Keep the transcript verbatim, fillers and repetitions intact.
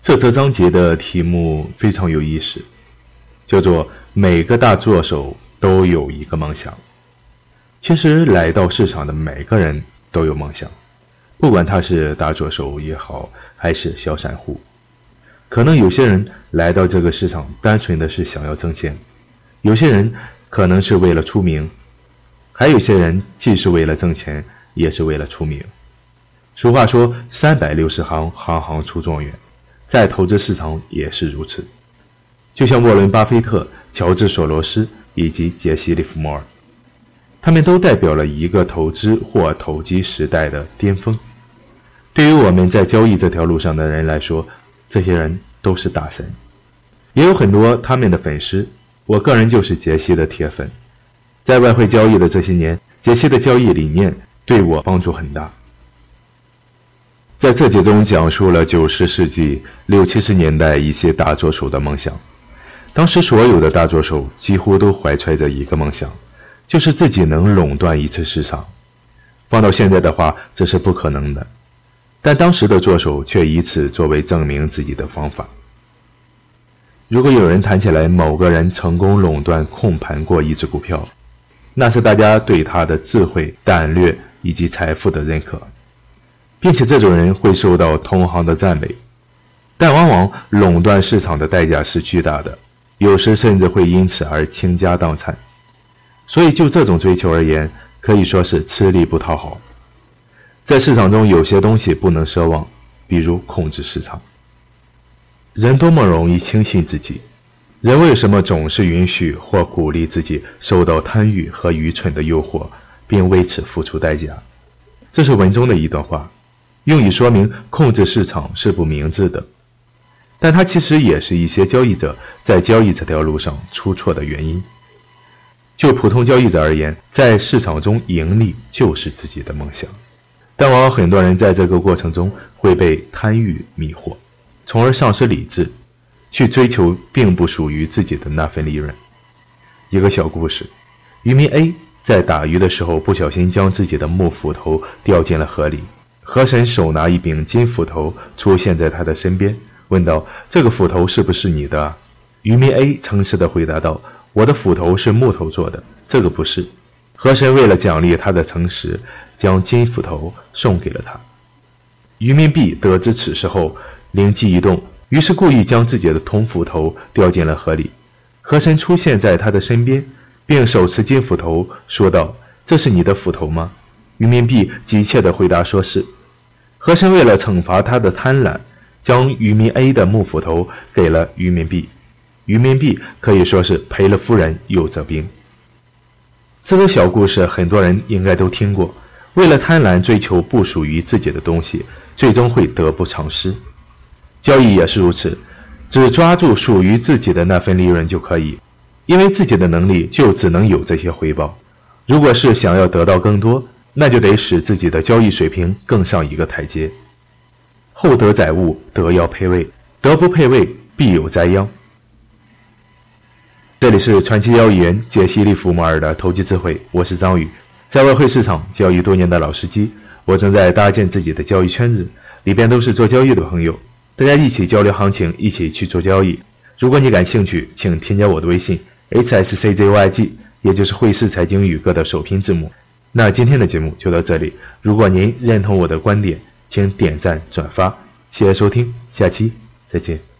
这则章节的题目非常有意思，叫做每个大作手都有一个梦想。其实来到市场的每个人都有梦想，不管他是大作手也好，还是小散户。可能有些人来到这个市场单纯的是想要挣钱，有些人可能是为了出名，还有些人既是为了挣钱，也是为了出名。俗话说三百六十行，行行出状元，在投资市场也是如此。就像沃伦·巴菲特、乔治·索罗斯以及杰西·利弗莫尔，他们都代表了一个投资或投机时代的巅峰。对于我们在交易这条路上的人来说，这些人都是大神，也有很多他们的粉丝。我个人就是杰西的铁粉，在外汇交易的这些年，杰西的交易理念对我帮助很大。在这节中讲述了九十世纪六七十年代一些大作手的梦想。当时所有的大作手几乎都怀揣着一个梦想，就是自己能垄断一次市场。放到现在的话，这是不可能的，但当时的作手却以此作为证明自己的方法。如果有人谈起来某个人成功垄断控盘过一只股票，那是大家对他的智慧、胆略以及财富的认可，并且这种人会受到同行的赞美。但往往垄断市场的代价是巨大的，有时甚至会因此而倾家荡产。所以就这种追求而言，可以说是吃力不讨好。在市场中有些东西不能奢望，比如控制市场。人多么容易轻信自己，人为什么总是允许或鼓励自己受到贪欲和愚蠢的诱惑，并为此付出代价？这是文中的一段话，用以说明控制市场是不明智的，但它其实也是一些交易者在交易这条路上出错的原因。就普通交易者而言，在市场中盈利就是自己的梦想，但往往很多人在这个过程中会被贪欲迷惑，从而丧失理智，去追求并不属于自己的那份利润。一个小故事，渔民 A 在打鱼的时候不小心将自己的木斧头掉进了河里，河神手拿一柄金斧头出现在他的身边，问道：这个斧头是不是你的啊？渔民 A 诚实地回答道：我的斧头是木头做的，这个不是。河神为了奖励他的诚实，将金斧头送给了他。渔民 B 得知此事后灵机一动，于是故意将自己的铜斧头掉进了河里。河神出现在他的身边，并手持金斧头说道：这是你的斧头吗？渔民 B 急切地回答说是。河神为了惩罚他的贪婪，将渔民 A 的木斧头给了渔民 B。渔民 B 可以说是赔了夫人又折兵。这个小故事很多人应该都听过，为了贪婪追求不属于自己的东西，最终会得不偿失。交易也是如此，只抓住属于自己的那份利润就可以，因为自己的能力就只能有这些回报。如果是想要得到更多，那就得使自己的交易水平更上一个台阶。厚德载物，德要配位，德不配位，必有灾殃。这里是传奇交易员杰西·利弗莫尔的投机智慧，我是张宇，在外汇市场交易多年的老司机，我正在搭建自己的交易圈子，里边都是做交易的朋友，大家一起交流行情，一起去做交易。如果你感兴趣，请添加我的微信 H S C J Y G， 也就是汇市财经宇哥的首拼字母。那今天的节目就到这里，如果您认同我的观点，请点赞转发，谢谢收听，下期再见。